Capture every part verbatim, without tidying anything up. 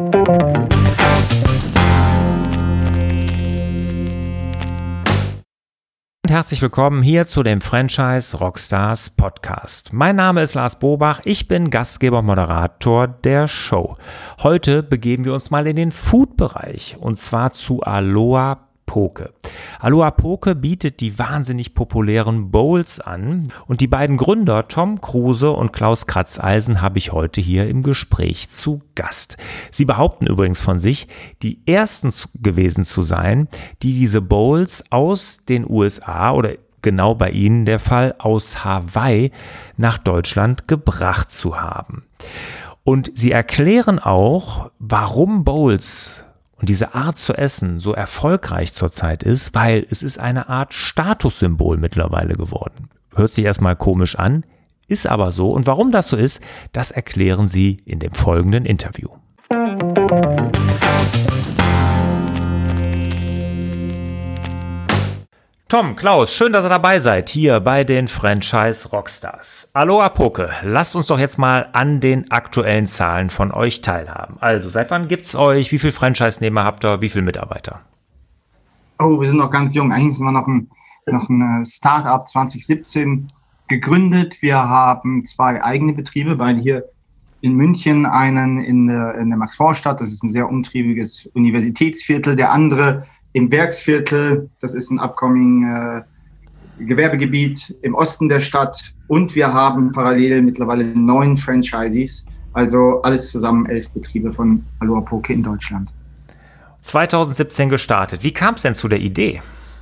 Herzlich willkommen hier zu dem Franchise Rockstars Podcast. Mein Name ist Lars Bobach, ich bin Gastgeber und Moderator der Show. Heute begeben wir uns mal in den Food-Bereich und zwar zu Aloha Poke. Aloha Poke bietet die wahnsinnig populären Bowls an und die beiden Gründer Tom Kruse und Klaus Kratzeisen habe ich heute hier im Gespräch zu Gast. Sie behaupten übrigens von sich, die ersten zu, gewesen zu sein, die diese Bowls aus den U S A oder genau bei ihnen der Fall aus Hawaii nach Deutschland gebracht zu haben. Und sie erklären auch, warum Bowls und diese Art zu essen so erfolgreich zurzeit ist, weil es ist eine Art Statussymbol mittlerweile geworden. Hört sich erstmal komisch an, ist aber so. Und warum das so ist, das erklären sie in dem folgenden Interview. Tom, Klaus, schön, dass ihr dabei seid, hier bei den Franchise Rockstars. Aloha Poke, lasst uns doch jetzt mal an den aktuellen Zahlen von euch teilhaben. Also, seit wann gibt's euch? Wie viele Franchise-Nehmer habt ihr? Wie viele Mitarbeiter? Oh, wir sind noch ganz jung. Eigentlich sind wir noch ein, noch ein Start-up zwanzig siebzehn gegründet. Wir haben zwei eigene Betriebe, beide hier in München, einen in der, in der Max-Vorstadt. Das ist ein sehr umtriebiges Universitätsviertel. Der andere im Werksviertel, das ist ein upcoming äh, Gewerbegebiet im Osten der Stadt. Und wir haben parallel mittlerweile neun Franchisees, also alles zusammen elf Betriebe von Aloha Poke in Deutschland. zwanzig siebzehn gestartet. Wie kam es denn zu der Idee?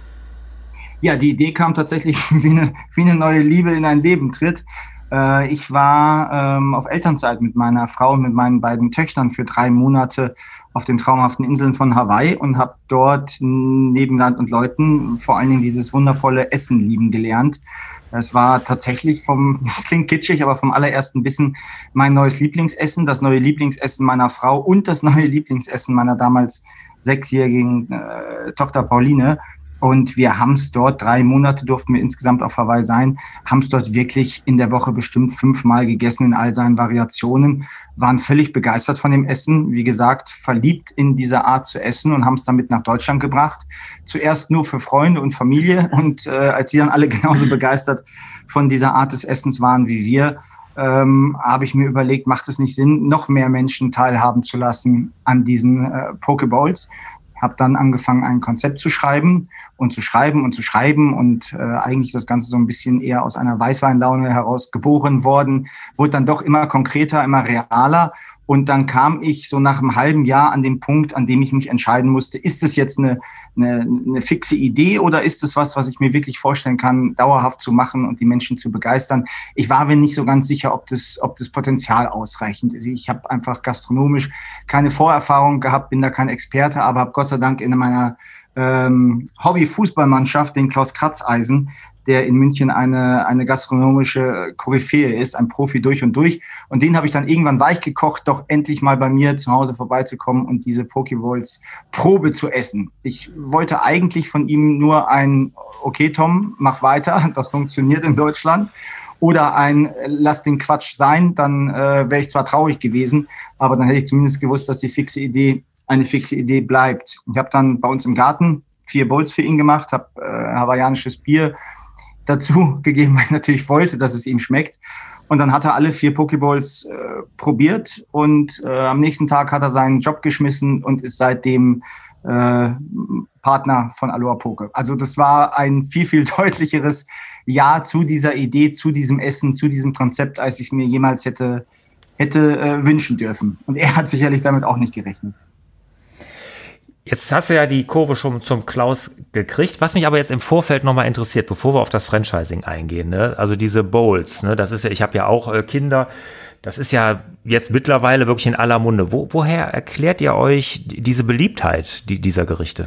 Ja, die Idee kam tatsächlich, wie eine, wie eine neue Liebe in ein Leben tritt. Äh, ich war ähm, auf Elternzeit mit meiner Frau und mit meinen beiden Töchtern für drei Monate auf den traumhaften Inseln von Hawaii und habe dort neben Land und Leuten vor allen Dingen dieses wundervolle Essen lieben gelernt. Es war tatsächlich vom, das klingt kitschig, aber vom allerersten Bissen mein neues Lieblingsessen, das neue Lieblingsessen meiner Frau und das neue Lieblingsessen meiner damals sechsjährigen äh, Tochter Pauline. Und wir haben es dort, drei Monate durften wir insgesamt auf Hawaii sein, haben es dort wirklich in der Woche bestimmt fünfmal gegessen in all seinen Variationen, waren völlig begeistert von dem Essen, wie gesagt, verliebt in diese Art zu essen und haben es damit nach Deutschland gebracht. Zuerst nur für Freunde und Familie und äh, als sie dann alle genauso begeistert von dieser Art des Essens waren wie wir, ähm, habe ich mir überlegt, macht es nicht Sinn, noch mehr Menschen teilhaben zu lassen an diesen äh, Pokebowls. Habe dann angefangen, ein Konzept zu schreiben und zu schreiben und zu schreiben und äh, eigentlich das Ganze so ein bisschen eher aus einer Weißweinlaune heraus geboren worden, wurde dann doch immer konkreter, immer realer und dann kam ich so nach einem halben Jahr an den Punkt, an dem ich mich entscheiden musste, ist es jetzt eine, eine, eine fixe Idee oder ist es was, was ich mir wirklich vorstellen kann, dauerhaft zu machen und die Menschen zu begeistern. Ich war mir nicht so ganz sicher, ob das, ob das Potenzial ausreichend ist. Ich habe einfach gastronomisch keine Vorerfahrung gehabt, bin da kein Experte, aber habe Gott sei Dank in meiner ähm, Hobby-Fußballmannschaft, den Klaus Kratzeisen, der in München eine, eine gastronomische Koryphäe ist, ein Profi durch und durch. Und den habe ich dann irgendwann weich gekocht, doch endlich mal bei mir zu Hause vorbeizukommen und diese Pokeballs Probe zu essen. Ich wollte eigentlich von ihm nur ein, okay Tom, mach weiter, das funktioniert in Deutschland. Oder ein, lass den Quatsch sein, dann äh, wäre ich zwar traurig gewesen, aber dann hätte ich zumindest gewusst, dass die fixe Idee eine fixe Idee bleibt. Ich habe dann bei uns im Garten vier Bowls für ihn gemacht, habe äh, hawaiianisches Bier dazu gegeben, weil ich natürlich wollte, dass es ihm schmeckt. Und dann hat er alle vier Pokeballs äh, probiert und äh, am nächsten Tag hat er seinen Job geschmissen und ist seitdem äh, Partner von Aloha Poke. Also das war ein viel, viel deutlicheres Ja zu dieser Idee, zu diesem Essen, zu diesem Konzept, als ich es mir jemals hätte, hätte äh, wünschen dürfen. Und er hat sicherlich damit auch nicht gerechnet. Jetzt hast du ja die Kurve schon zum Klaus gekriegt. Was mich aber jetzt im Vorfeld nochmal interessiert, bevor wir auf das Franchising eingehen, ne? Also diese Bowls, ne? Das ist ja, ich habe ja auch äh, Kinder, das ist ja jetzt mittlerweile wirklich in aller Munde. Wo, woher erklärt ihr euch diese Beliebtheit die, dieser Gerichte?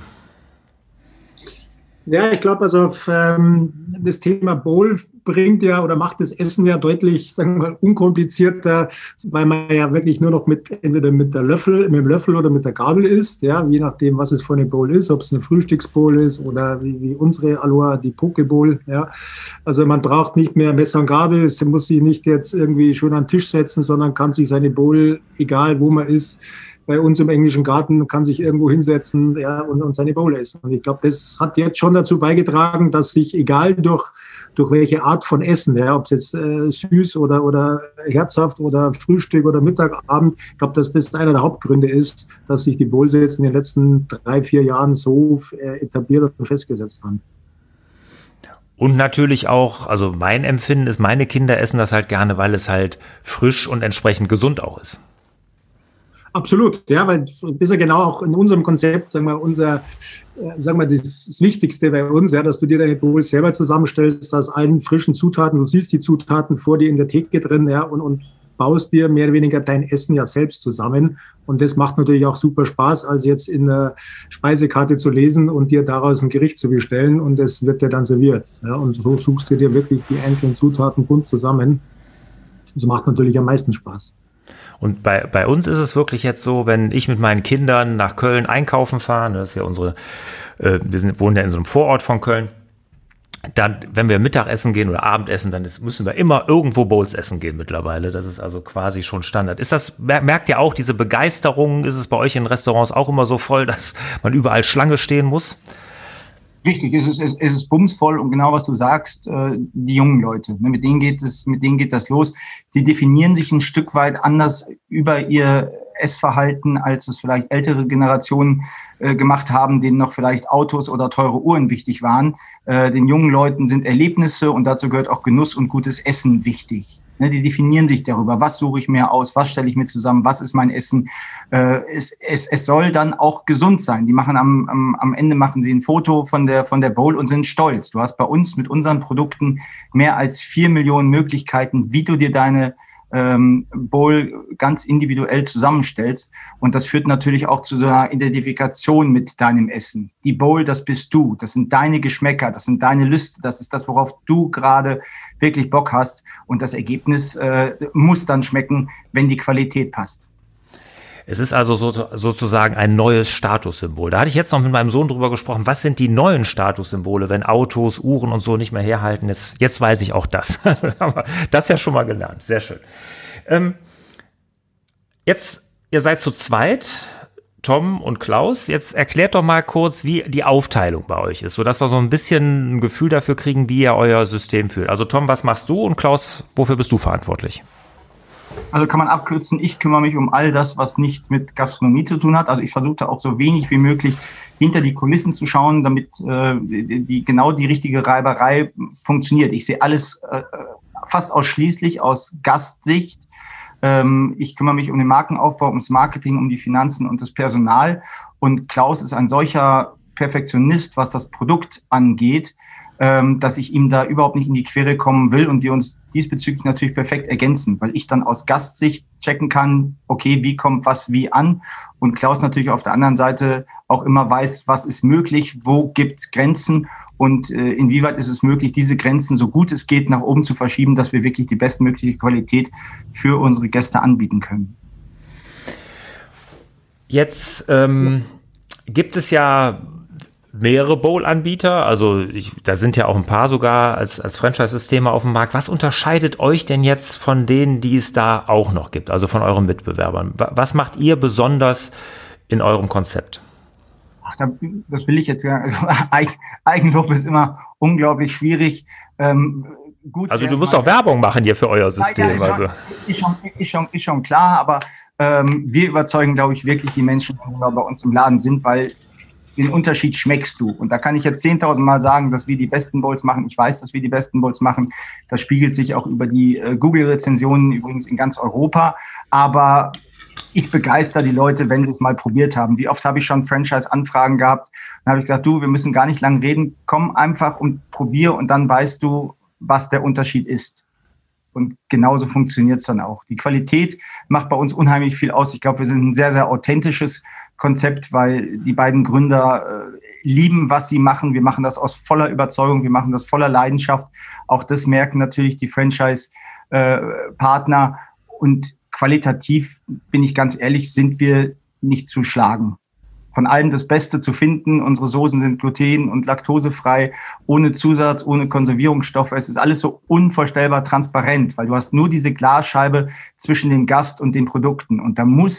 Ja, ich glaube, also ähm, das Thema Bowl bringt ja oder macht das Essen ja deutlich, sagen wir mal, unkomplizierter, weil man ja wirklich nur noch mit entweder mit der Löffel, mit dem Löffel oder mit der Gabel isst, ja, je nachdem, was es für eine Bowl ist, ob es eine Frühstücksbowl ist oder wie, wie unsere Aloha, die Pokebowl, ja. Also man braucht nicht mehr Messer und Gabel, es muss sich nicht jetzt irgendwie schon an den Tisch setzen, sondern kann sich seine Bowl, egal wo man ist, bei uns im englischen Garten, kann sich irgendwo hinsetzen, ja, und, und seine Bowl essen. Und ich glaube, das hat jetzt schon dazu beigetragen, dass sich, egal durch, durch welche Art von Essen, ja, ob es jetzt äh, süß oder, oder herzhaft oder Frühstück oder Mittag, Abend, ich glaube, dass das einer der Hauptgründe ist, dass sich die Bowls jetzt in den letzten drei, vier Jahren so äh, etabliert und festgesetzt haben. Und natürlich auch, also mein Empfinden ist, meine Kinder essen das halt gerne, weil es halt frisch und entsprechend gesund auch ist. Absolut, ja, weil das ist ja genau auch in unserem Konzept, sagen wir, unser, äh, sagen wir, das, das Wichtigste bei uns, ja, dass du dir deine Bowls selber zusammenstellst aus allen frischen Zutaten. Du siehst die Zutaten vor dir in der Theke drin, ja, und, und baust dir mehr oder weniger dein Essen ja selbst zusammen. Und das macht natürlich auch super Spaß, als jetzt in der Speisekarte zu lesen und dir daraus ein Gericht zu bestellen und es wird dir dann serviert. Ja, und so suchst du dir wirklich die einzelnen Zutaten bunt zusammen. Das macht natürlich am meisten Spaß. Und bei, bei uns ist es wirklich jetzt so, wenn ich mit meinen Kindern nach Köln einkaufen fahre, das ist ja unsere, äh, wir sind, wohnen ja in so einem Vorort von Köln, dann, wenn wir Mittagessen gehen oder Abendessen, dann ist, müssen wir immer irgendwo Bowls essen gehen mittlerweile. Das ist also quasi schon Standard. Ist das, merkt ihr auch diese Begeisterung? Ist es bei euch in Restaurants auch immer so voll, dass man überall Schlange stehen muss? Richtig, es ist, es ist bumsvoll und genau was du sagst, äh, die jungen Leute, ne, mit denen geht es, mit denen geht das los. Die definieren sich ein Stück weit anders über ihr Essverhalten, als es vielleicht ältere Generationen äh, gemacht haben, denen noch vielleicht Autos oder teure Uhren wichtig waren. Äh, den jungen Leuten sind Erlebnisse und dazu gehört auch Genuss und gutes Essen wichtig. Ne, die definieren sich darüber, was suche ich mir aus, was stelle ich mir zusammen, was ist mein Essen. Äh, es, es, es soll dann auch gesund sein. Die machen am, am, am Ende machen sie ein Foto von der, von der Bowl und sind stolz. Du hast bei uns mit unseren Produkten mehr als vier Millionen Möglichkeiten, wie du dir deine ähm, Bowl ganz individuell zusammenstellst. Und das führt natürlich auch zu so einer Identifikation mit deinem Essen. Die Bowl, das bist du. Das sind deine Geschmäcker, das sind deine Lüste, das ist das, worauf du gerade wirklich Bock hast. Und das Ergebnis äh, muss dann schmecken, wenn die Qualität passt. Es ist also so, sozusagen ein neues Statussymbol. Da hatte ich jetzt noch mit meinem Sohn drüber gesprochen, was sind die neuen Statussymbole, wenn Autos, Uhren und so nicht mehr herhalten. Jetzt, jetzt weiß ich auch das. Das ja schon mal gelernt. Sehr schön. Ähm, jetzt, ihr seid zu zweit, Tom und Klaus. Jetzt erklärt doch mal kurz, wie die Aufteilung bei euch ist, sodass wir so ein bisschen ein Gefühl dafür kriegen, wie ihr euer System führt. Also Tom, was machst du und Klaus, wofür bist du verantwortlich? Also kann man abkürzen, ich kümmere mich um all das, was nichts mit Gastronomie zu tun hat. Also ich versuche auch so wenig wie möglich hinter die Kulissen zu schauen, damit äh, die, die, genau die richtige Reiberei funktioniert. Ich sehe alles äh, fast ausschließlich aus Gastsicht. Ähm, ich kümmere mich um den Markenaufbau, ums Marketing, um die Finanzen und das Personal. Und Klaus ist ein solcher Perfektionist, was das Produkt angeht, ähm, dass ich ihm da überhaupt nicht in die Quere kommen will und wir uns diesbezüglich natürlich perfekt ergänzen, weil ich dann aus Gastsicht checken kann, okay, wie kommt was wie an, und Klaus natürlich auf der anderen Seite auch immer weiß, was ist möglich, wo gibt's Grenzen und äh, inwieweit ist es möglich, diese Grenzen so gut es geht nach oben zu verschieben, dass wir wirklich die bestmögliche Qualität für unsere Gäste anbieten können. Jetzt ähm, gibt es ja mehrere Bowl-Anbieter, also ich, da sind ja auch ein paar sogar als, als Franchise-Systeme auf dem Markt. Was unterscheidet euch denn jetzt von denen, die es da auch noch gibt, also von euren Mitbewerbern? Was macht ihr besonders in eurem Konzept? Ach, das will ich jetzt ja, also Eigenlob ist immer unglaublich schwierig. Ähm, gut, also du musst auch Werbung machen hier für euer System. Ja, ja, also. ist, schon, ist, schon, ist schon klar, aber ähm, wir überzeugen, glaube ich, wirklich die Menschen, die bei uns im Laden sind, weil den Unterschied schmeckst du. Und da kann ich jetzt zehntausend Mal sagen, dass wir die besten Bowls machen. Ich weiß, dass wir die besten Bowls machen. Das spiegelt sich auch über die äh, Google-Rezensionen übrigens in ganz Europa. Aber ich begeister die Leute, wenn sie es mal probiert haben. Wie oft habe ich schon Franchise-Anfragen gehabt? Dann habe ich gesagt, du, wir müssen gar nicht lang reden. Komm einfach und probier und dann weißt du, was der Unterschied ist. Und genauso funktioniert es dann auch. Die Qualität macht bei uns unheimlich viel aus. Ich glaube, wir sind ein sehr, sehr authentisches Konzept, weil die beiden Gründer äh, lieben, was sie machen. Wir machen das aus voller Überzeugung, wir machen das voller Leidenschaft. Auch das merken natürlich die Franchise-Partner. Äh, Und qualitativ, bin ich ganz ehrlich, sind wir nicht zu schlagen. Von allem das Beste zu finden. Unsere Soßen sind gluten- und laktosefrei, ohne Zusatz, ohne Konservierungsstoffe. Es ist alles so unvorstellbar transparent, weil du hast nur diese Glasscheibe zwischen dem Gast und den Produkten. Und da muss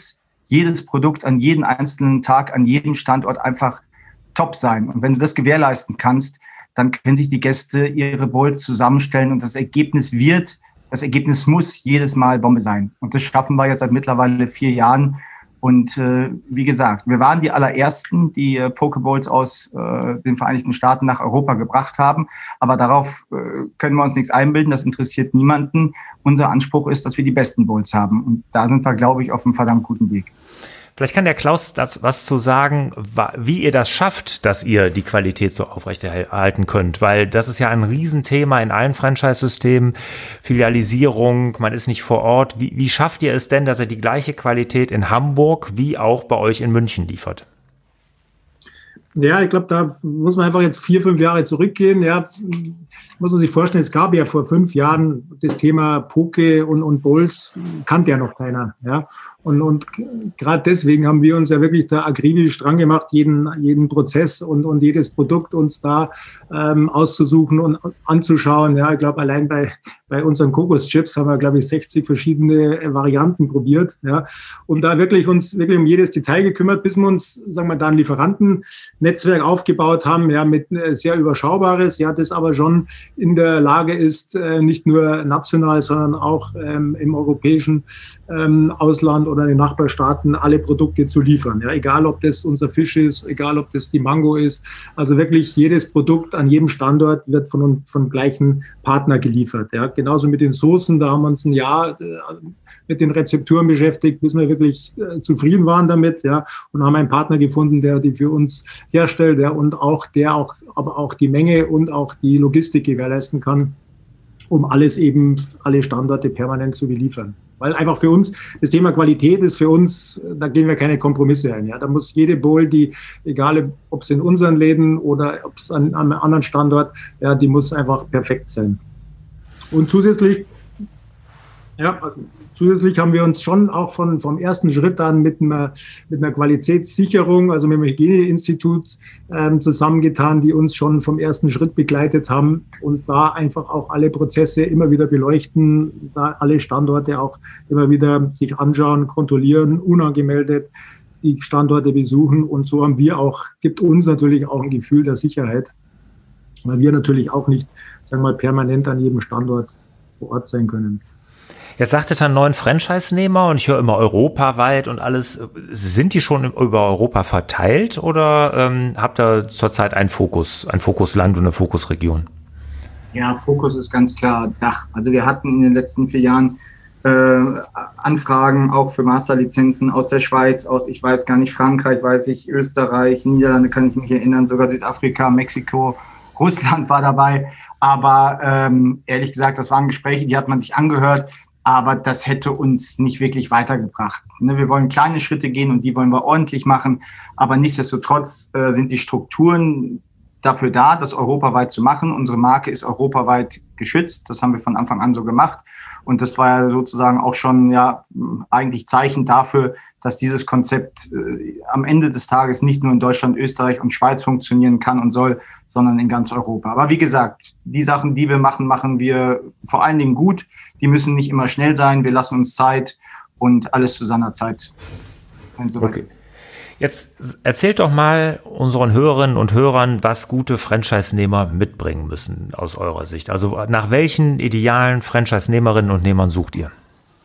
jedes Produkt an jedem einzelnen Tag, an jedem Standort einfach top sein. Und wenn du das gewährleisten kannst, dann können sich die Gäste ihre Bowls zusammenstellen und das Ergebnis wird, das Ergebnis muss jedes Mal Bombe sein. Und das schaffen wir jetzt seit mittlerweile vier Jahren. Und äh, wie gesagt, wir waren die allerersten, die äh, Pokebowls aus äh, den Vereinigten Staaten nach Europa gebracht haben. Aber darauf äh, können wir uns nichts einbilden, das interessiert niemanden. Unser Anspruch ist, dass wir die besten Bowls haben. Und da sind wir, glaube ich, auf einem verdammt guten Weg. Vielleicht kann der Klaus das was zu sagen, wie ihr das schafft, dass ihr die Qualität so aufrechterhalten könnt, weil das ist ja ein Riesenthema in allen Franchise-Systemen, Filialisierung, man ist nicht vor Ort. Wie, wie schafft ihr es denn, dass ihr die gleiche Qualität in Hamburg wie auch bei euch in München liefert? Ja, ich glaube, da muss man einfach jetzt vier, fünf Jahre zurückgehen. Ja, muss man sich vorstellen, es gab ja vor fünf Jahren das Thema Poke und, und Bowls, kannte ja noch keiner. Ja. Und, und gerade deswegen haben wir uns ja wirklich da akribisch dran gemacht, jeden, jeden Prozess und, und jedes Produkt uns da ähm, auszusuchen und anzuschauen. Ja, ich glaube, allein bei, bei unseren Kokoschips haben wir, glaube ich, sechzig verschiedene Varianten probiert. Ja, und da wirklich uns wirklich um jedes Detail gekümmert, bis wir uns, sagen wir, da ein Lieferantennetzwerk aufgebaut haben, ja, mit sehr überschaubares, ja, das aber schon in der Lage ist, äh, nicht nur national, sondern auch ähm, im europäischen ähm, Ausland oder in den Nachbarstaaten alle Produkte zu liefern. Ja, egal, ob das unser Fisch ist, egal, ob das die Mango ist. Also wirklich jedes Produkt an jedem Standort wird von uns, vom gleichen Partner geliefert. Ja, genauso mit den Soßen, da haben wir uns ein Jahr äh, mit den Rezepturen beschäftigt, bis wir wirklich äh, zufrieden waren damit. Ja, und haben einen Partner gefunden, der die für uns herstellt, ja, und auch der auch, aber auch die Menge und auch die Logistik gewährleisten kann, um alles eben, alle Standorte permanent zu beliefern. Weil einfach für uns, das Thema Qualität ist für uns, da gehen wir keine Kompromisse ein. Ja. Da muss jede Bowl, die, egal ob es in unseren Läden oder ob es an, an einem anderen Standort, ja, die muss einfach perfekt sein. Und zusätzlich, ja, also zusätzlich haben wir uns schon auch von, vom ersten Schritt an mit einer, mit einer Qualitätssicherung, also mit dem Hygieneinstitut ähm, zusammengetan, die uns schon vom ersten Schritt begleitet haben und da einfach auch alle Prozesse immer wieder beleuchten, da alle Standorte auch immer wieder sich anschauen, kontrollieren, unangemeldet die Standorte besuchen. Und so haben wir auch, gibt uns natürlich auch ein Gefühl der Sicherheit, weil wir natürlich auch nicht, sagen wir mal, permanent an jedem Standort vor Ort sein können. Jetzt sagtet ihr neuen Franchise-Nehmer und ich höre immer europaweit und alles. Sind die schon über Europa verteilt oder ähm, habt ihr zurzeit einen Fokus, ein Fokusland und eine Fokusregion? Ja, Fokus ist ganz klar Dach. Also wir hatten in den letzten vier Jahren äh, Anfragen auch für Masterlizenzen aus der Schweiz, aus, ich weiß gar nicht, Frankreich, weiß ich, Österreich, Niederlande kann ich mich erinnern, sogar Südafrika, Mexiko, Russland war dabei. Aber ähm, ehrlich gesagt, das waren Gespräche, die hat man sich angehört. Aber das hätte uns nicht wirklich weitergebracht. Wir wollen kleine Schritte gehen und die wollen wir ordentlich machen. Aber nichtsdestotrotz äh, sind die Strukturen dafür da, das europaweit zu machen. Unsere Marke ist europaweit geschützt. Das haben wir von Anfang an so gemacht. Und das war ja sozusagen auch schon ja eigentlich Zeichen dafür, dass dieses Konzept äh, am Ende des Tages nicht nur in Deutschland, Österreich und Schweiz funktionieren kann und soll, sondern in ganz Europa. Aber wie gesagt, die Sachen, die wir machen, machen wir vor allen Dingen gut. Die müssen nicht immer schnell sein. Wir lassen uns Zeit und alles zu seiner Zeit. Okay. Jetzt erzählt doch mal unseren Hörerinnen und Hörern, was gute Franchise-Nehmer mitbringen müssen aus eurer Sicht. Also nach welchen idealen Franchise-Nehmerinnen und Nehmern sucht ihr?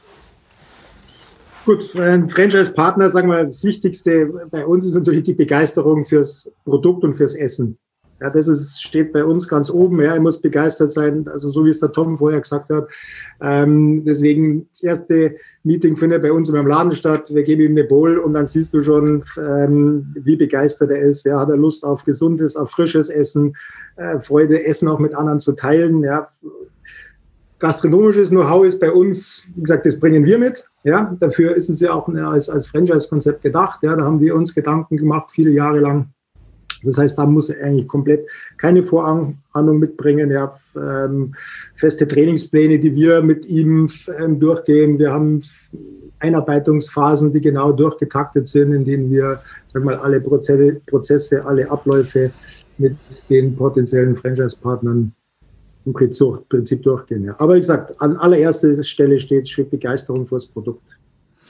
Gut, für einen Franchise-Partner, sagen wir, das Wichtigste bei uns ist natürlich die Begeisterung fürs Produkt und fürs Essen. Ja, das ist, steht bei uns ganz oben. Ja, er muss begeistert sein, also so wie es der Tom vorher gesagt hat. Ähm, deswegen das erste Meeting findet bei uns in meinem Laden statt. Wir geben ihm eine Bowl und dann siehst du schon, ähm, wie begeistert er ist. Ja, hat er Lust auf gesundes, auf frisches Essen, äh, Freude, Essen auch mit anderen zu teilen. Ja. Gastronomisches Know-how ist bei uns, wie gesagt, das bringen wir mit. Ja, dafür ist es ja auch als, als Franchise-Konzept gedacht. Ja, da haben wir uns Gedanken gemacht, viele Jahre lang. Das heißt, da muss er eigentlich komplett keine Vorahnung mitbringen. Ja, ähm, feste Trainingspläne, die wir mit ihm ähm, durchgehen. Wir haben Einarbeitungsphasen, die genau durchgetaktet sind, in denen wir, sagen wir mal, alle Prozesse, Prozesse, alle Abläufe mit den potenziellen Franchise-Partnern im Prinzip durchgehen. Ja. Aber wie gesagt, an allererster Stelle steht, steht Begeisterung für das Produkt.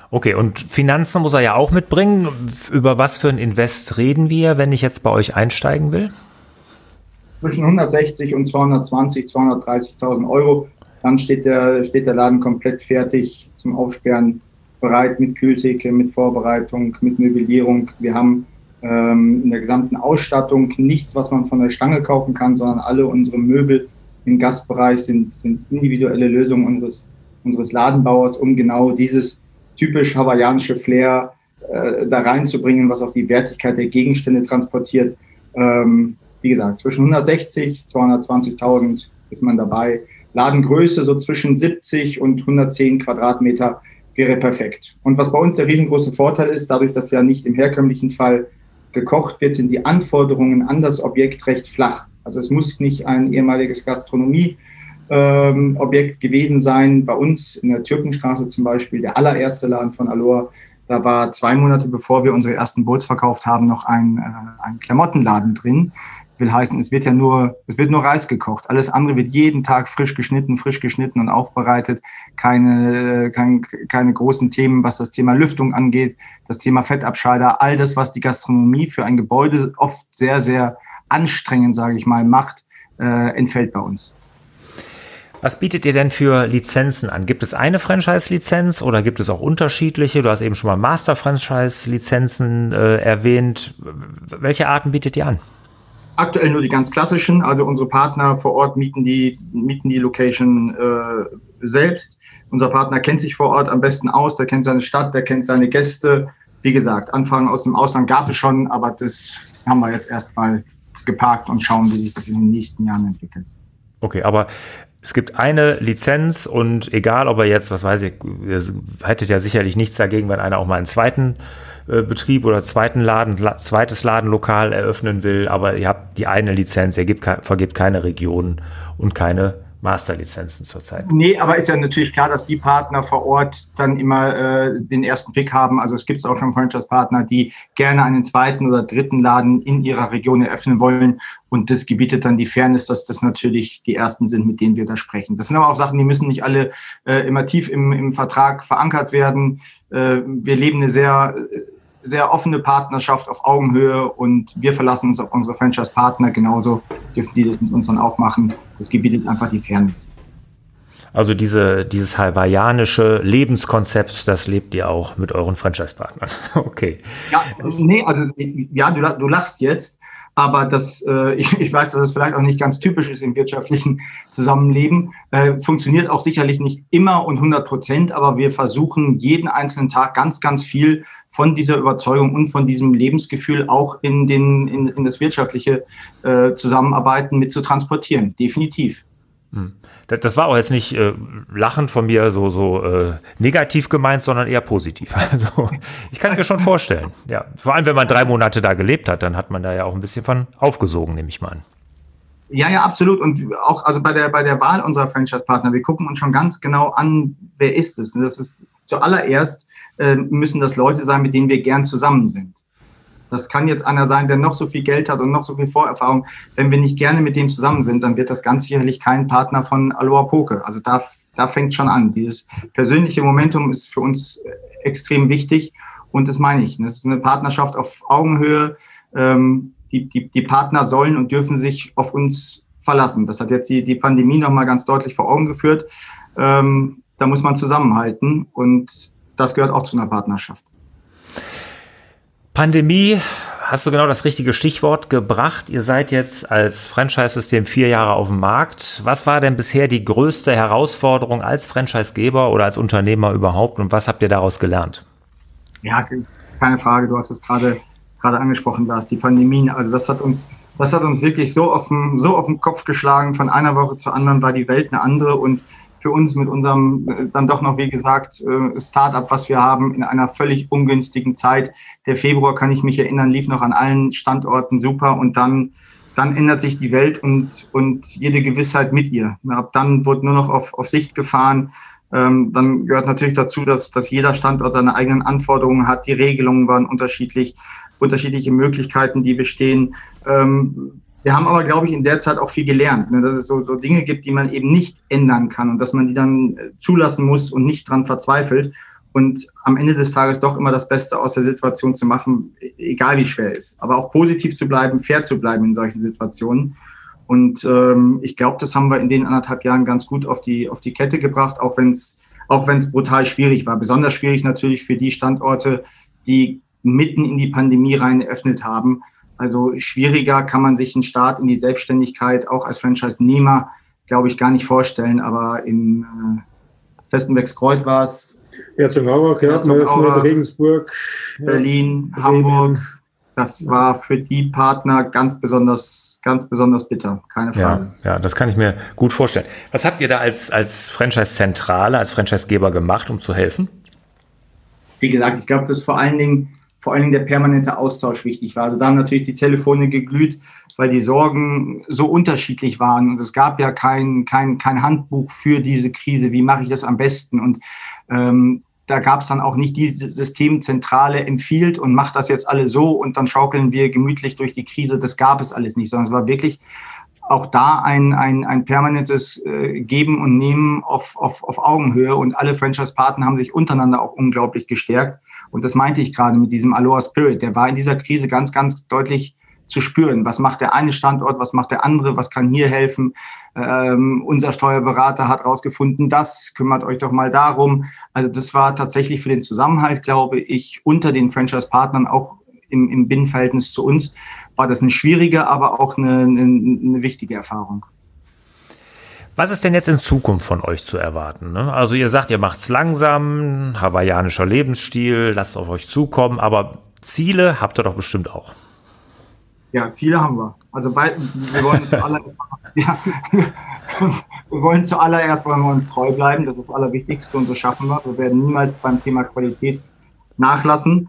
Okay, und Finanzen muss er ja auch mitbringen. Über was für ein Invest reden wir, wenn ich jetzt bei euch einsteigen will? Zwischen hundertsechzig und zweihundertzwanzig, zweihundertdreißigtausend Euro. Dann steht der, steht der Laden komplett fertig zum Aufsperren, bereit mit Kühltheke, mit Vorbereitung, mit Möblierung. Wir haben ähm, in der gesamten Ausstattung nichts, was man von der Stange kaufen kann, sondern alle unsere Möbel im Gastbereich sind, sind individuelle Lösungen unseres, unseres Ladenbauers, um genau dieses typisch hawaiianische Flair äh, da reinzubringen, was auch die Wertigkeit der Gegenstände transportiert. Ähm, wie gesagt, zwischen hundertsechzig, zweihundertzwanzigtausend ist man dabei. Ladengröße so zwischen siebzig und hundertzehn Quadratmeter wäre perfekt. Und was bei uns der riesengroße Vorteil ist, dadurch, dass ja nicht im herkömmlichen Fall gekocht wird, sind die Anforderungen an das Objekt recht flach. Also es muss nicht ein ehemaliges Gastronomie Ähm, Objekt gewesen sein. Bei uns in der Türkenstraße zum Beispiel, der allererste Laden von Aloha, da war zwei Monate bevor wir unsere ersten Bowls verkauft haben, noch ein, äh, ein Klamottenladen drin. Will heißen, es wird ja nur, es wird nur Reis gekocht. Alles andere wird jeden Tag frisch geschnitten, frisch geschnitten und aufbereitet. Keine, kein, keine großen Themen, was das Thema Lüftung angeht, das Thema Fettabscheider, all das, was die Gastronomie für ein Gebäude oft sehr, sehr anstrengend, sage ich mal, macht, äh, entfällt bei uns. Was bietet ihr denn für Lizenzen an? Gibt es eine Franchise-Lizenz oder gibt es auch unterschiedliche? Du hast eben schon mal Master-Franchise-Lizenzen äh, erwähnt. Welche Arten bietet ihr an? Aktuell nur die ganz klassischen. Also unsere Partner vor Ort mieten die, mieten die Location äh, selbst. Unser Partner kennt sich vor Ort am besten aus. Der kennt seine Stadt, der kennt seine Gäste. Wie gesagt, Anfragen aus dem Ausland gab es schon, aber das haben wir jetzt erstmal geparkt und schauen, wie sich das in den nächsten Jahren entwickelt. Okay, aber es gibt eine Lizenz und egal, ob er jetzt, was weiß ich, ihr hättet ja sicherlich nichts dagegen, wenn einer auch mal einen zweiten äh, Betrieb oder zweiten Laden, la, zweites Ladenlokal eröffnen will, aber ihr habt die eine Lizenz, ihr gibt, vergebt keine Regionen und keine Masterlizenzen zurzeit. Nee, aber ist ja natürlich klar, dass die Partner vor Ort dann immer äh, den ersten Pick haben. Also es gibt auch schon Franchise-Partner, die gerne einen zweiten oder dritten Laden in ihrer Region eröffnen wollen. Und das gebietet dann die Fairness, dass das natürlich die ersten sind, mit denen wir da sprechen. Das sind aber auch Sachen, die müssen nicht alle äh, immer tief im, im Vertrag verankert werden. Äh, wir leben eine sehr sehr offene Partnerschaft auf Augenhöhe und wir verlassen uns auf unsere Franchise-Partner. Genauso dürfen die das mit uns dann auch machen. Das gebietet einfach die Fairness. Also diese, dieses hawaiianische Lebenskonzept, das lebt ihr auch mit euren Franchise-Partnern. Okay. Ja, nee, also ja, du, du lachst jetzt, aber das, äh, ich, ich weiß, dass es vielleicht auch nicht ganz typisch ist im wirtschaftlichen Zusammenleben. Äh, funktioniert auch sicherlich nicht immer und hundert Prozent, aber wir versuchen jeden einzelnen Tag ganz, ganz viel von dieser Überzeugung und von diesem Lebensgefühl auch in, den, in, in das wirtschaftliche äh, Zusammenarbeiten mit zu transportieren. Definitiv. Hm. Das war auch jetzt nicht äh, lachend von mir so, so äh, negativ gemeint, sondern eher positiv. Also ich kann es mir schon vorstellen. Ja, vor allem, wenn man drei Monate da gelebt hat, dann hat man da ja auch ein bisschen von aufgesogen, nehme ich mal an. Ja, ja, absolut. Und auch also bei der, bei der Wahl unserer Franchise-Partner, wir gucken uns schon ganz genau an, wer ist es. Das ist zuallererst äh, müssen das Leute sein, mit denen wir gern zusammen sind. Das kann jetzt einer sein, der noch so viel Geld hat und noch so viel Vorerfahrung. Wenn wir nicht gerne mit dem zusammen sind, dann wird das ganz sicherlich kein Partner von Aloha Poke. Also da, da fängt schon an. Dieses persönliche Momentum ist für uns extrem wichtig und das meine ich. Das ist eine Partnerschaft auf Augenhöhe. Ähm, die, die, die Partner sollen und dürfen sich auf uns verlassen. Das hat jetzt die, die Pandemie nochmal ganz deutlich vor Augen geführt. Ähm, da muss man zusammenhalten und das gehört auch zu einer Partnerschaft. Pandemie, hast du genau das richtige Stichwort gebracht. Ihr seid jetzt als Franchise-System vier Jahre auf dem Markt. Was war denn bisher die größte Herausforderung als Franchisegeber oder als Unternehmer überhaupt und was habt ihr daraus gelernt? Ja, keine Frage. Du hast es gerade gerade angesprochen, Lars, die Pandemie. Also das hat uns, das hat uns wirklich so auf den, so auf den Kopf geschlagen. Von einer Woche zur anderen war die Welt eine andere und für uns mit unserem dann doch noch, wie gesagt, Start-up, was wir haben, in einer völlig ungünstigen Zeit. Der Februar, kann ich mich erinnern, lief noch an allen Standorten super und dann, dann ändert sich die Welt und, und jede Gewissheit mit ihr. Ab dann wurde nur noch auf, auf Sicht gefahren. Ähm, dann gehört natürlich dazu, dass, dass jeder Standort seine eigenen Anforderungen hat. Die Regelungen waren unterschiedlich, unterschiedliche Möglichkeiten, die bestehen. Ähm, Wir haben aber, glaube ich, in der Zeit auch viel gelernt, ne, dass es so, so Dinge gibt, die man eben nicht ändern kann und dass man die dann zulassen muss und nicht dran verzweifelt. und am Ende des Tages doch immer das Beste aus der Situation zu machen, egal wie schwer es ist. Aber auch positiv zu bleiben, fair zu bleiben in solchen Situationen. Und ähm, ich glaube, das haben wir in den anderthalb Jahren ganz gut auf die, auf die Kette gebracht, auch wenn es auch wenn es brutal schwierig war. Besonders schwierig natürlich für die Standorte, die mitten in die Pandemie rein eröffnet haben. Also schwieriger kann man sich einen Start in die Selbstständigkeit auch als Franchise-Nehmer, glaube ich, gar nicht vorstellen. Aber in äh, Vestenbecks-Kreuth war es, Herzogenaurach, ja, Regensburg, Berlin, ja, Hamburg. Das war für die Partner ganz besonders, ganz besonders bitter, keine Frage. Ja, ja, das kann ich mir gut vorstellen. Was habt ihr da als, als Franchise-Zentrale, als Franchisegeber gemacht, um zu helfen? Wie gesagt, ich glaube, dass vor allen Dingen, vor allen Dingen der permanente Austausch wichtig war. Also da haben natürlich die Telefone geglüht, weil die Sorgen so unterschiedlich waren. Und es gab ja kein, kein, kein Handbuch für diese Krise. Wie mache ich das am besten? Und ähm, da gab es dann auch nicht diese Systemzentrale empfiehlt und macht das jetzt alle so und dann schaukeln wir gemütlich durch die Krise. Das gab es alles nicht, sondern es war wirklich auch da ein, ein, ein permanentes äh, Geben und Nehmen auf, auf, auf Augenhöhe und alle Franchise-Partner haben sich untereinander auch unglaublich gestärkt. Und das meinte ich gerade mit diesem Aloha Spirit. Der war in dieser Krise ganz, ganz deutlich zu spüren. Was macht der eine Standort, was macht der andere, was kann hier helfen? Ähm, unser Steuerberater hat rausgefunden, das, kümmert euch doch mal darum. Also das war tatsächlich für den Zusammenhalt, glaube ich, unter den Franchise-Partnern, auch im, im Binnenverhältnis zu uns, war das eine schwierige, aber auch eine, eine, eine wichtige Erfahrung. Was ist denn jetzt in Zukunft von euch zu erwarten? Ne? Also ihr sagt, ihr macht's langsam, hawaiianischer Lebensstil, lasst auf euch zukommen, aber Ziele habt ihr doch bestimmt auch. Ja, Ziele haben wir. Also bei, wir wollen zuallererst, ja, wir wollen zuallererst wollen wir uns treu bleiben. Das ist das Allerwichtigste und das schaffen wir. Wir werden niemals beim Thema Qualität nachlassen.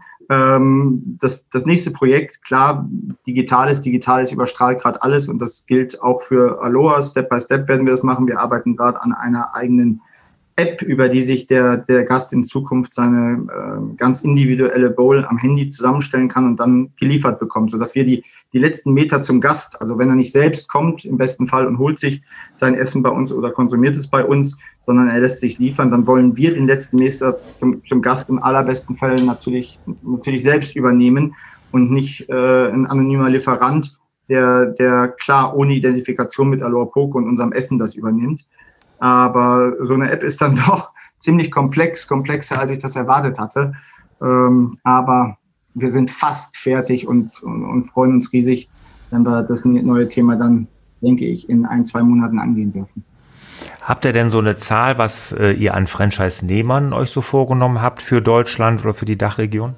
Ähm, das, das nächste Projekt, klar, Digitales, Digitales überstrahlt gerade alles und das gilt auch für Aloha. Step by Step werden wir das machen. Wir arbeiten gerade an einer eigenen App, über die sich der, der Gast in Zukunft seine äh, ganz individuelle Bowl am Handy zusammenstellen kann und dann geliefert bekommt, sodass wir die, die letzten Meter zum Gast, also wenn er nicht selbst kommt, im besten Fall und holt sich sein Essen bei uns oder konsumiert es bei uns, sondern er lässt sich liefern, dann wollen wir den letzten Meter zum, zum Gast im allerbesten Fall natürlich, natürlich selbst übernehmen und nicht äh, ein anonymer Lieferant, der, der klar ohne Identifikation mit Aloha Poke und unserem Essen das übernimmt. Aber so eine App ist dann doch ziemlich komplex, komplexer, als ich das erwartet hatte. Ähm, aber wir sind fast fertig und, und, und freuen uns riesig, wenn wir das neue Thema dann, denke ich, in ein, zwei Monaten angehen dürfen. Habt ihr denn so eine Zahl, was äh, ihr an Franchise-Nehmern euch so vorgenommen habt für Deutschland oder für die Dachregion?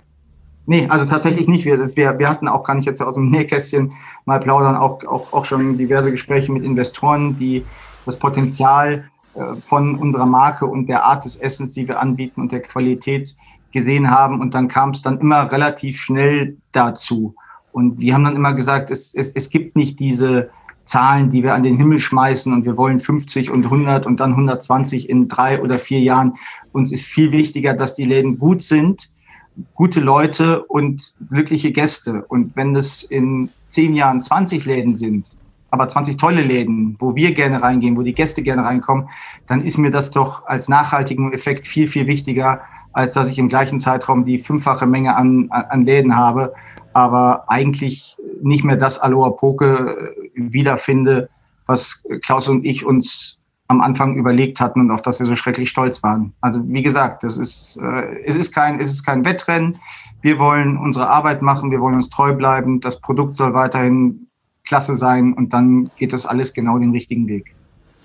Nee, also tatsächlich nicht. Wir, das, wir, wir hatten auch, kann ich jetzt aus dem Nähkästchen mal plaudern, auch, auch, auch schon diverse Gespräche mit Investoren, die das Potenzial äh, von unserer Marke und der Art des Essens, die wir anbieten und der Qualität gesehen haben. Und dann kam es dann immer relativ schnell dazu. Und die haben dann immer gesagt, es, es, es gibt nicht diese Zahlen, die wir an den Himmel schmeißen und wir wollen fünfzig und hundert und dann hundertzwanzig in drei oder vier Jahren. Uns ist viel wichtiger, dass die Läden gut sind, gute Leute und glückliche Gäste. Und wenn das in zehn Jahren zwanzig Läden sind, aber zwanzig tolle Läden, wo wir gerne reingehen, wo die Gäste gerne reinkommen, dann ist mir das doch als nachhaltigen Effekt viel, viel wichtiger, als dass ich im gleichen Zeitraum die fünffache Menge an, an Läden habe, aber eigentlich nicht mehr das Aloha Poke wiederfinde, was Klaus und ich uns am Anfang überlegt hatten und auf das wir so schrecklich stolz waren. Also wie gesagt, das ist, äh, es ist kein, es ist kein Wettrennen. Wir wollen unsere Arbeit machen, wir wollen uns treu bleiben. Das Produkt soll weiterhin klasse sein und dann geht das alles genau den richtigen Weg.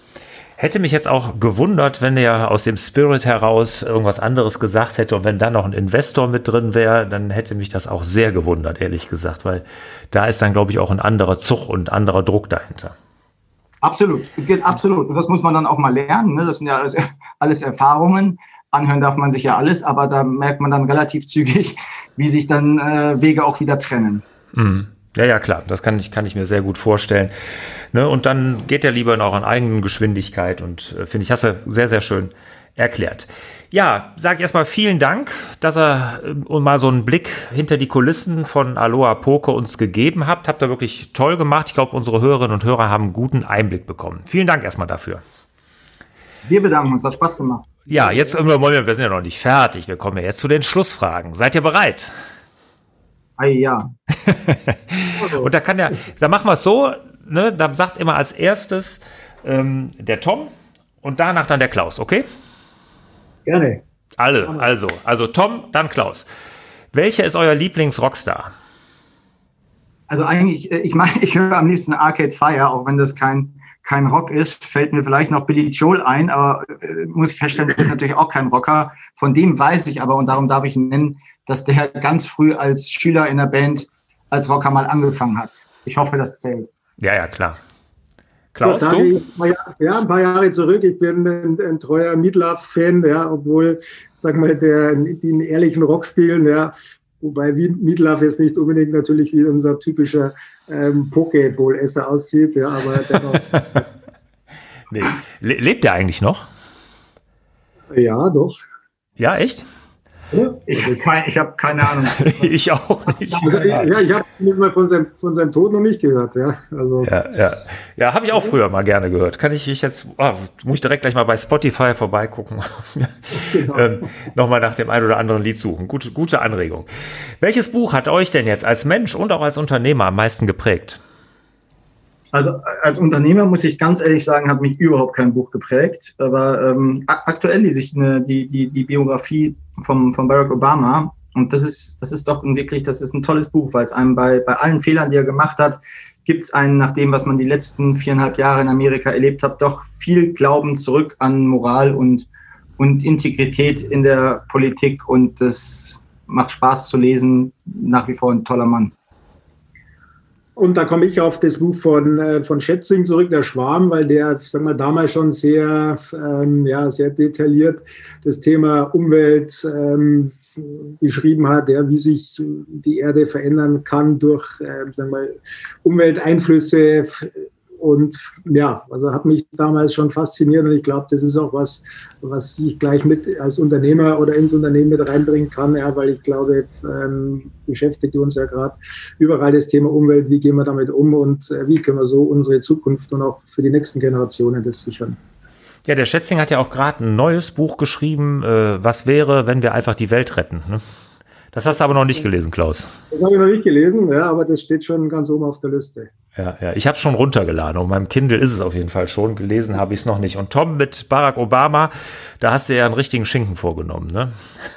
Hätte mich jetzt auch gewundert, wenn er aus dem Spirit heraus irgendwas anderes gesagt hätte und wenn da noch ein Investor mit drin wäre, dann hätte mich das auch sehr gewundert, ehrlich gesagt, weil da ist dann, glaube ich, auch ein anderer Zug und anderer Druck dahinter. Absolut, absolut. Und das muss man dann auch mal lernen. Ne? Das sind ja alles, alles Erfahrungen. Anhören darf man sich ja alles, aber da merkt man dann relativ zügig, wie sich dann äh, Wege auch wieder trennen. Mhm. Ja, ja, klar, das kann ich, kann ich mir sehr gut vorstellen. Ne, und dann geht er lieber auch an eigenen Geschwindigkeit und äh, finde ich, hast du sehr, sehr schön erklärt. Ja, sage erstmal vielen Dank, dass ihr äh, mal so einen Blick hinter die Kulissen von Aloha Poke uns gegeben habt. Habt ihr wirklich toll gemacht. Ich glaube, unsere Hörerinnen und Hörer haben einen guten Einblick bekommen. Vielen Dank erstmal dafür. Wir bedanken uns, hat Spaß gemacht. Ja, jetzt, Moment, wir sind ja noch nicht fertig. Wir kommen ja jetzt zu den Schlussfragen. Seid ihr bereit? Ah, ja. Und da kann der, da machen wir es so, ne, da sagt immer als erstes ähm, der Tom und danach dann der Klaus, okay? Gerne. Alle, also, also Tom, dann Klaus. Welcher ist euer Lieblings-Rockstar? Also eigentlich, ich meine, ich höre am liebsten Arcade Fire, auch wenn das kein, kein Rock ist, fällt mir vielleicht noch Billy Joel ein, aber äh, muss ich feststellen, der ist natürlich auch kein Rocker. Von dem weiß ich aber, und darum darf ich ihn nennen, dass der ganz früh als Schüler in der Band als Rocker mal angefangen hat. Ich hoffe, das zählt. Ja, ja, klar. Klaus, ja, du? Ich, ja, ein paar Jahre zurück. Ich bin ein, ein treuer Meatloaf-Fan, ja, obwohl, sag mal, der, die einen ehrlichen Rock spielen, ja, wobei Meatloaf jetzt nicht unbedingt natürlich wie unser typischer ähm, Pokeball-Esser aussieht, ja, aber dennoch. Nee. Le- lebt der eigentlich noch? Ja, doch. Ja, echt? Ich habe kein, ich hab keine Ahnung. Ich auch nicht. Also, ja, ich habe mal von seinem, von seinem Tod noch nicht gehört. Ja, also. ja, ja. ja habe ich auch früher mal gerne gehört. Kann ich ich jetzt, oh, muss ich direkt gleich mal bei Spotify vorbeigucken. Genau. ähm, Nochmal nach dem ein oder anderen Lied suchen. Gute, gute Anregung. Welches Buch hat euch denn jetzt als Mensch und auch als Unternehmer am meisten geprägt? Also als Unternehmer muss ich ganz ehrlich sagen, hat mich überhaupt kein Buch geprägt. Aber ähm, aktuell lese ich eine, die, die, die Biografie vom, von Barack Obama. Und das ist, das ist doch ein wirklich, das ist ein tolles Buch, weil es einem bei, bei allen Fehlern, die er gemacht hat, gibt es einen, nach dem, was man die letzten viereinhalb Jahre in Amerika erlebt hat, doch viel Glauben zurück an Moral und, und Integrität in der Politik. Und das macht Spaß zu lesen. Nach wie vor ein toller Mann. Und da komme ich auf das Buch von, äh, von Schätzing zurück, der Schwarm, weil der, sag mal, damals schon sehr, ähm, ja, sehr detailliert das Thema Umwelt ähm, beschrieben hat, ja, wie sich die Erde verändern kann durch, äh, sagen wir, Umwelteinflüsse. Und ja, also hat mich damals schon fasziniert und ich glaube, das ist auch was, was ich gleich mit als Unternehmer oder ins Unternehmen mit reinbringen kann, ja, weil ich glaube, ähm, beschäftigt uns ja gerade überall das Thema Umwelt, wie gehen wir damit um und äh, wie können wir so unsere Zukunft und auch für die nächsten Generationen das sichern. Ja, der Schätzing hat ja auch gerade ein neues Buch geschrieben, äh, was wäre, wenn wir einfach die Welt retten, ne? Das hast du aber noch nicht gelesen, Klaus. Das habe ich noch nicht gelesen, ja, aber das steht schon ganz oben auf der Liste. Ja, ja, ich habe es schon runtergeladen. Und meinem Kindle ist es auf jeden Fall schon. Gelesen habe ich es noch nicht. Und Tom mit Barack Obama, da hast du ja einen richtigen Schinken vorgenommen, ne?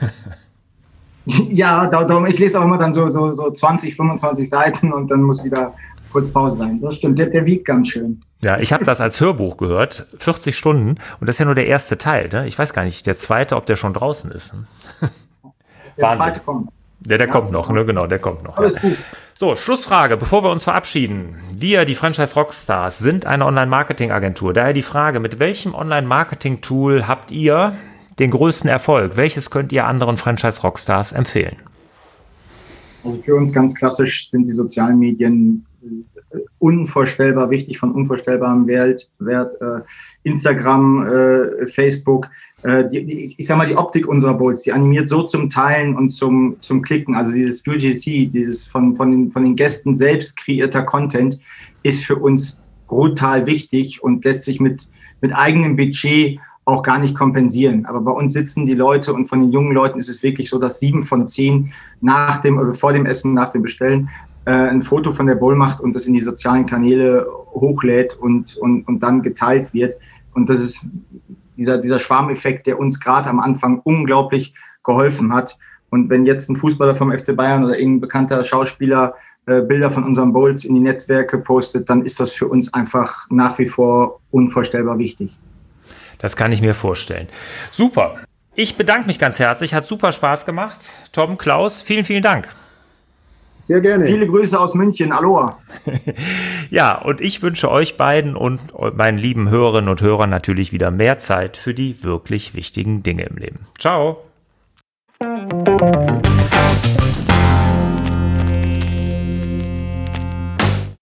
Ja, darum, ich lese auch immer dann so, so, so zwanzig, fünfundzwanzig Seiten und dann muss wieder kurz Pause sein. Das stimmt, der, der wiegt ganz schön. Ja, ich habe das als Hörbuch gehört, vierzig Stunden. Und das ist ja nur der erste Teil, ne? Ich weiß gar nicht, der zweite, ob der schon draußen ist. Ne? Der Wahnsinn. zweite kommt. Der, der ja, kommt noch, ne? Genau, der kommt noch. Alles Ja. gut. So, Schlussfrage, bevor wir uns verabschieden. Wir, die Franchise Rockstars, sind eine Online-Marketing-Agentur. Daher die Frage, mit welchem Online-Marketing-Tool habt ihr den größten Erfolg? Welches könnt ihr anderen Franchise Rockstars empfehlen? Also für uns ganz klassisch sind die sozialen Medien unvorstellbar wichtig, von unvorstellbarem Wert. Wert äh, Instagram, äh, Facebook, äh, die, die, ich sag mal, die Optik unserer Bowls, die animiert so zum Teilen und zum, zum Klicken. Also dieses U G C, dieses von, von, den, von den Gästen selbst kreierter Content, ist für uns brutal wichtig und lässt sich mit, mit eigenem Budget auch gar nicht kompensieren. Aber bei uns sitzen die Leute und von den jungen Leuten ist es wirklich so, dass sieben von zehn nach dem oder vor dem Essen, nach dem Bestellen äh, ein Foto von der Bowl macht und das in die sozialen Kanäle hochlädt und, und, und dann geteilt wird. Und das ist dieser, dieser Schwarmeffekt, der uns gerade am Anfang unglaublich geholfen hat. Und wenn jetzt ein Fußballer vom F C Bayern oder irgendein bekannter Schauspieler äh, Bilder von unseren Bowls in die Netzwerke postet, dann ist das für uns einfach nach wie vor unvorstellbar wichtig. Das kann ich mir vorstellen. Super. Ich bedanke mich ganz herzlich. Hat super Spaß gemacht. Tom, Klaus, vielen, vielen Dank. Sehr gerne. Viele Grüße aus München. Aloha. Ja, und ich wünsche euch beiden und meinen lieben Hörerinnen und Hörern natürlich wieder mehr Zeit für die wirklich wichtigen Dinge im Leben. Ciao.